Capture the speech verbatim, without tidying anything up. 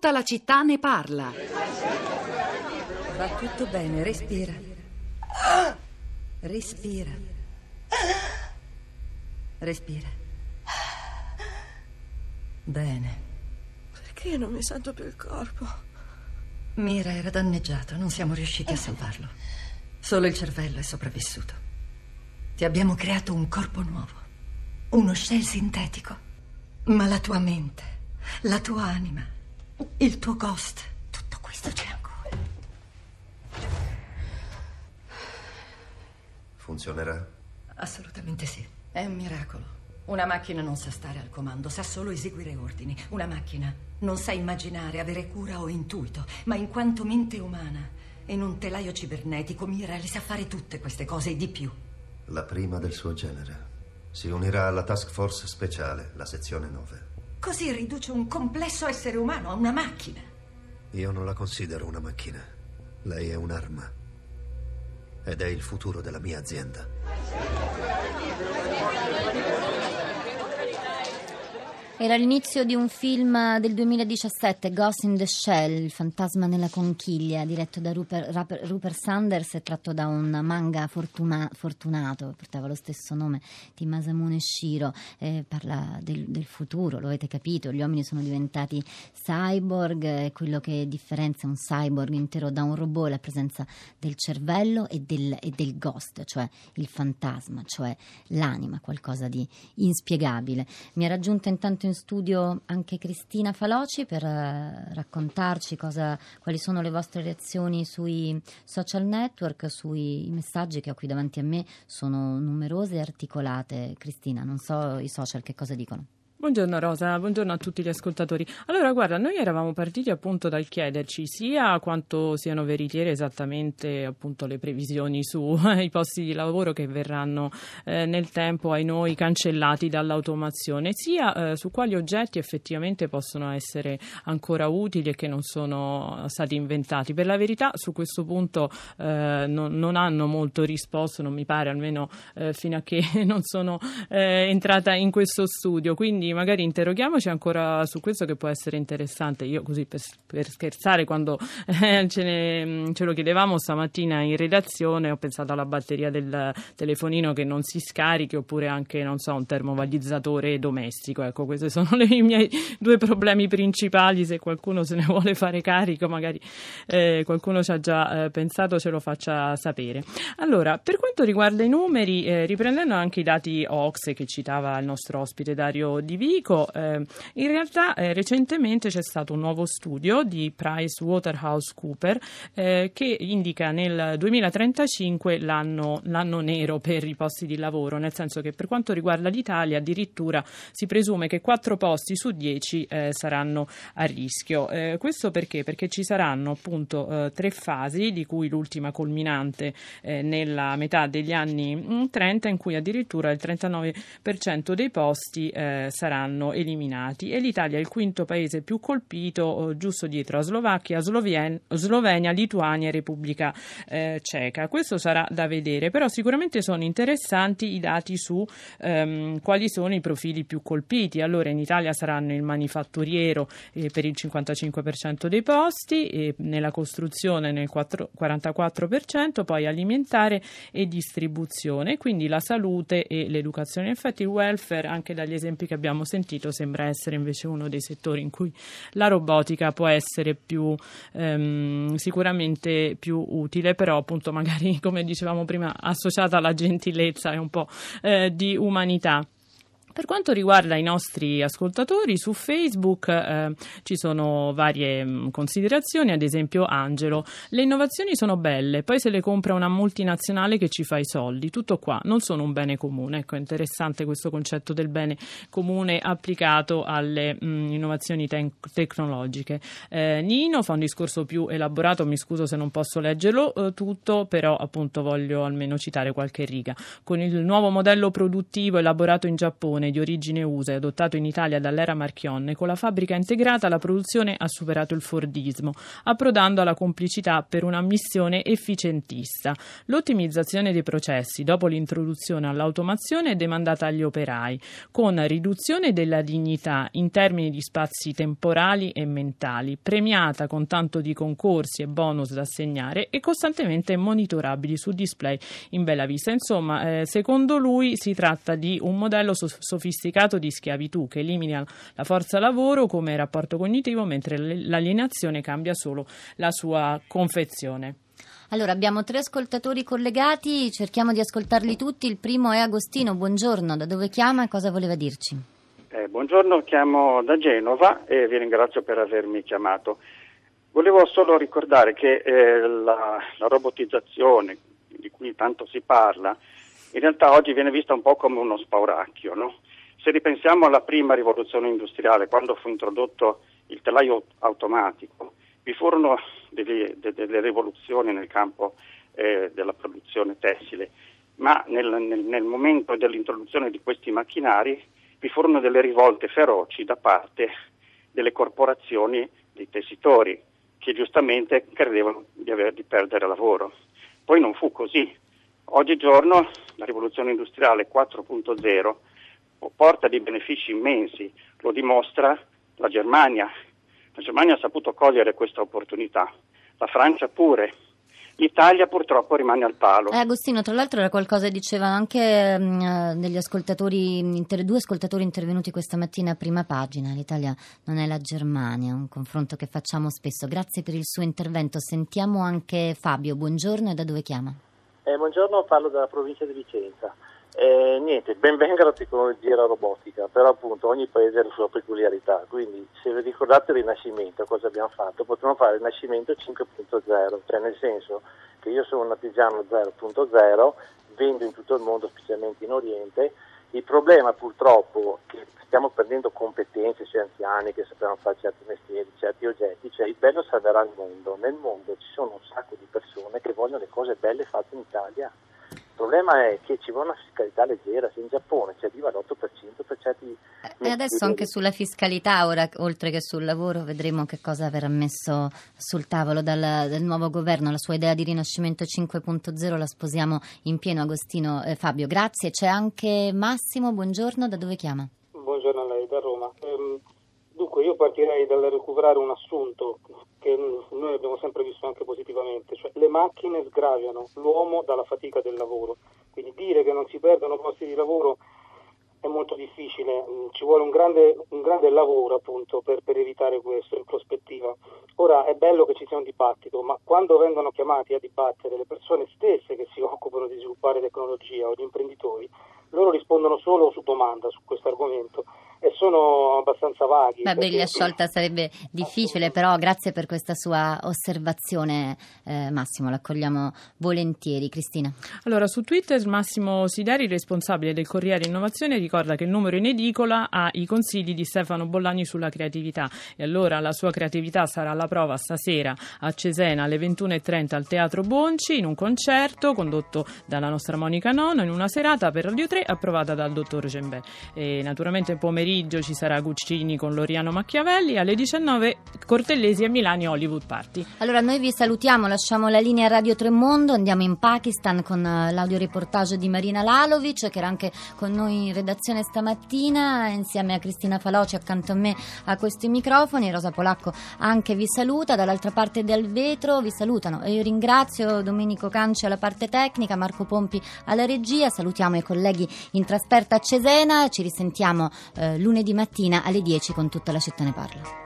Tutta la città ne parla. Va tutto bene, respira. Respira. Respira. Bene. Perché non mi sento più il corpo? Mira era danneggiato, non siamo riusciti a salvarlo. Solo il cervello è sopravvissuto. Ti abbiamo creato un corpo nuovo, uno shell sintetico. Ma la tua mente, la tua anima, il tuo ghost, tutto questo c'è ancora. Funzionerà? Assolutamente sì. È un miracolo. Una macchina non sa stare al comando, sa solo eseguire ordini. Una macchina non sa immaginare, avere cura o intuito, ma in quanto mente umana, in un telaio cibernetico, Mira le sa fare tutte queste cose e di più. La prima del suo genere. Si unirà alla task force speciale, la sezione nove. Così riduce un complesso essere umano a una macchina. Io non la considero una macchina. Lei è un'arma. Ed è il futuro della mia azienda. Era l'inizio di un film del duemiladiciassette, Ghost in the Shell, il fantasma nella conchiglia, diretto da Rupert, Rupert Sanders e tratto da un manga fortuna, fortunato, portava lo stesso nome di Masamune Shiro. Eh, parla del, del futuro, lo avete capito, gli uomini sono diventati cyborg, e quello che differenzia un cyborg intero da un robot è la presenza del cervello e del, e del ghost, cioè il fantasma, cioè l'anima, qualcosa di inspiegabile. Mi ha raggiunto intanto in studio anche Cristina Faloci per uh, raccontarci cosa, quali sono le vostre reazioni sui social network, sui messaggi che ho qui davanti a me, sono numerose e articolate. Cristina, non so i social che cosa dicono. Buongiorno Rosa, buongiorno a tutti gli ascoltatori. Allora guarda, noi eravamo partiti appunto dal chiederci sia quanto siano veritiere esattamente appunto le previsioni sui posti di lavoro che verranno eh, nel tempo ai noi cancellati dall'automazione, sia eh, su quali oggetti effettivamente possono essere ancora utili e che non sono stati inventati. Per la verità su questo punto eh, non, non hanno molto risposto, non mi pare, almeno eh, fino a che non sono eh, entrata in questo studio, quindi magari interroghiamoci ancora su questo che può essere interessante. Io così per, per scherzare, quando eh, ce, ne, ce lo chiedevamo stamattina in redazione, ho pensato alla batteria del telefonino che non si scarichi, oppure anche, non so, un termovalorizzatore domestico. Ecco, questi sono le, i miei due problemi principali. Se qualcuno se ne vuole fare carico, magari eh, qualcuno ci ha già eh, pensato, ce lo faccia sapere. Allora, per quanto riguarda i numeri, eh, riprendendo anche i dati O C S E che citava il nostro ospite Dario Di Vico, eh, in realtà eh, recentemente c'è stato un nuovo studio di PricewaterhouseCoopers eh, che indica nel duemilatrentacinque l'anno, l'anno nero per i posti di lavoro, nel senso che per quanto riguarda l'Italia addirittura si presume che quattro posti su dieci eh, saranno a rischio. Eh, questo perché? Perché ci saranno appunto eh, tre fasi, di cui l'ultima culminante eh, nella metà degli anni mh, trenta, in cui addirittura il trentanove per cento dei posti eh, saranno eliminati, e l'Italia è il quinto paese più colpito, giusto dietro a Slovacchia, Slovenia, Slovenia Lituania e Repubblica eh, Ceca. Questo sarà da vedere, però sicuramente sono interessanti i dati su ehm, quali sono i profili più colpiti. Allora in Italia saranno il manifatturiero eh, per il cinquantacinque per cento dei posti, e nella costruzione nel quarantaquattro per cento, poi alimentare e distribuzione, quindi la salute e l'educazione. Infatti il welfare, anche dagli esempi che abbiamo sentito, sembra essere invece uno dei settori in cui la robotica può essere più ehm, sicuramente più utile, però appunto magari, come dicevamo prima, associata alla gentilezza e un po' eh, di umanità. Per quanto riguarda i nostri ascoltatori, su Facebook eh, ci sono varie mh, considerazioni, ad esempio Angelo: le innovazioni sono belle, poi se le compra una multinazionale che ci fa i soldi, tutto qua, non sono un bene comune. Ecco, interessante questo concetto del bene comune applicato alle mh, innovazioni te- tecnologiche. Eh, Nino fa un discorso più elaborato, mi scuso se non posso leggerlo eh, tutto, però appunto voglio almeno citare qualche riga. Con il nuovo modello produttivo elaborato in Giappone, campione di origine U S A e adottato in Italia dall'era Marchionne, con la fabbrica integrata la produzione ha superato il fordismo, approdando alla complicità per una missione efficientista. L'ottimizzazione dei processi dopo l'introduzione all'automazione è demandata agli operai, con riduzione della dignità in termini di spazi temporali e mentali, premiata con tanto di concorsi e bonus da assegnare e costantemente monitorabili su display in bella vista. Insomma, eh, secondo lui si tratta di un modello so- sofisticato di schiavitù che elimina la forza lavoro come rapporto cognitivo, mentre l'alienazione cambia solo la sua confezione. Allora, abbiamo tre ascoltatori collegati, cerchiamo di ascoltarli tutti. Il primo è Agostino, buongiorno, da dove chiama e cosa voleva dirci? Eh, buongiorno, chiamo da Genova e vi ringrazio per avermi chiamato. Volevo solo ricordare che eh, la, la robotizzazione di cui tanto si parla, in realtà oggi viene vista un po' come uno spauracchio, no? Se ripensiamo alla prima rivoluzione industriale, quando fu introdotto il telaio automatico, vi furono delle, delle rivoluzioni nel campo eh, della produzione tessile, ma nel, nel, nel momento dell'introduzione di questi macchinari vi furono delle rivolte feroci da parte delle corporazioni dei tessitori, che giustamente credevano di, aver, di perdere lavoro. Poi non fu così. Oggigiorno la rivoluzione industriale quattro punto zero porta dei benefici immensi, lo dimostra la Germania. La Germania ha saputo cogliere questa opportunità, la Francia pure. L'Italia purtroppo rimane al palo. Eh, Agostino, tra l'altro era qualcosa che dicevano anche mh, degli ascoltatori, inter- due ascoltatori intervenuti questa mattina a Prima Pagina. L'Italia non è la Germania, un confronto che facciamo spesso. Grazie per il suo intervento. Sentiamo anche Fabio, buongiorno, e da dove chiama? Eh, buongiorno, parlo dalla provincia di Vicenza. Eh, niente, ben venga la tecnologia e la robotica, però appunto ogni paese ha la sua peculiarità, quindi se vi ricordate il Rinascimento, cosa abbiamo fatto? Potremmo fare il Rinascimento cinque punto zero, cioè nel senso che io sono un artigiano zero punto zero, vendo in tutto il mondo, specialmente in Oriente. Il problema purtroppo è che stiamo perdendo competenze, cioè anziani che sappiano fare certi mestieri, certi oggetti, cioè il bello salverà il mondo. Nel mondo ci sono un sacco di persone che vogliono le cose belle fatte in Italia. Il problema è che ci vuole una fiscalità leggera, se in Giappone ci arriva l'otto per cento per certi E adesso anche sulla fiscalità, ora oltre che sul lavoro, vedremo che cosa verrà messo sul tavolo dal, dal nuovo governo. La sua idea di Rinascimento cinque punto zero la sposiamo in pieno, Agostino. eh, Fabio, grazie. C'è anche Massimo, buongiorno, da dove chiama? Buongiorno a lei, da Roma. Ehm, dunque io partirei dal recuperare un assunto che noi abbiamo sempre visto anche positivamente, cioè le macchine sgraviano l'uomo dalla fatica del lavoro, quindi dire che non si perdono posti di lavoro è molto difficile, ci vuole un grande, un grande lavoro appunto per, per evitare questo in prospettiva. Ora è bello che ci sia un dibattito, ma quando vengono chiamati a dibattere le persone stesse che si occupano di sviluppare tecnologia o gli imprenditori, loro rispondono solo su domanda su questo argomento e sono abbastanza vaghi. Beh, perché... la sciolta sarebbe difficile, però grazie per questa sua osservazione, eh, Massimo, l'accogliamo volentieri. Cristina. Allora, su Twitter Massimo Sideri, responsabile del Corriere Innovazione, ricorda che il numero in edicola ha i consigli di Stefano Bollani sulla creatività, e allora la sua creatività sarà alla prova stasera a Cesena alle ventuno e trenta al Teatro Bonci, in un concerto condotto dalla nostra Monica Nono, in una serata per Radio tre approvata dal dottor Gembè. E naturalmente pomeriggio ci sarà Guccini con Loriano Machiavelli, alle diciannove Cortellesi e Milani Hollywood Party. Allora noi vi salutiamo, lasciamo la linea Radio tre Mondo, andiamo in Pakistan con l'audioreportage di Marina Lalovic, che era anche con noi in redazione stamattina insieme a Cristina Faloci accanto a me a questi microfoni. Rosa Polacco anche vi saluta, dall'altra parte del vetro vi salutano e io ringrazio Domenico Canci alla parte tecnica, Marco Pompi alla regia, salutiamo i colleghi in trasferta a Cesena, ci risentiamo eh, lunedì mattina alle dieci con Tutta la città ne parla.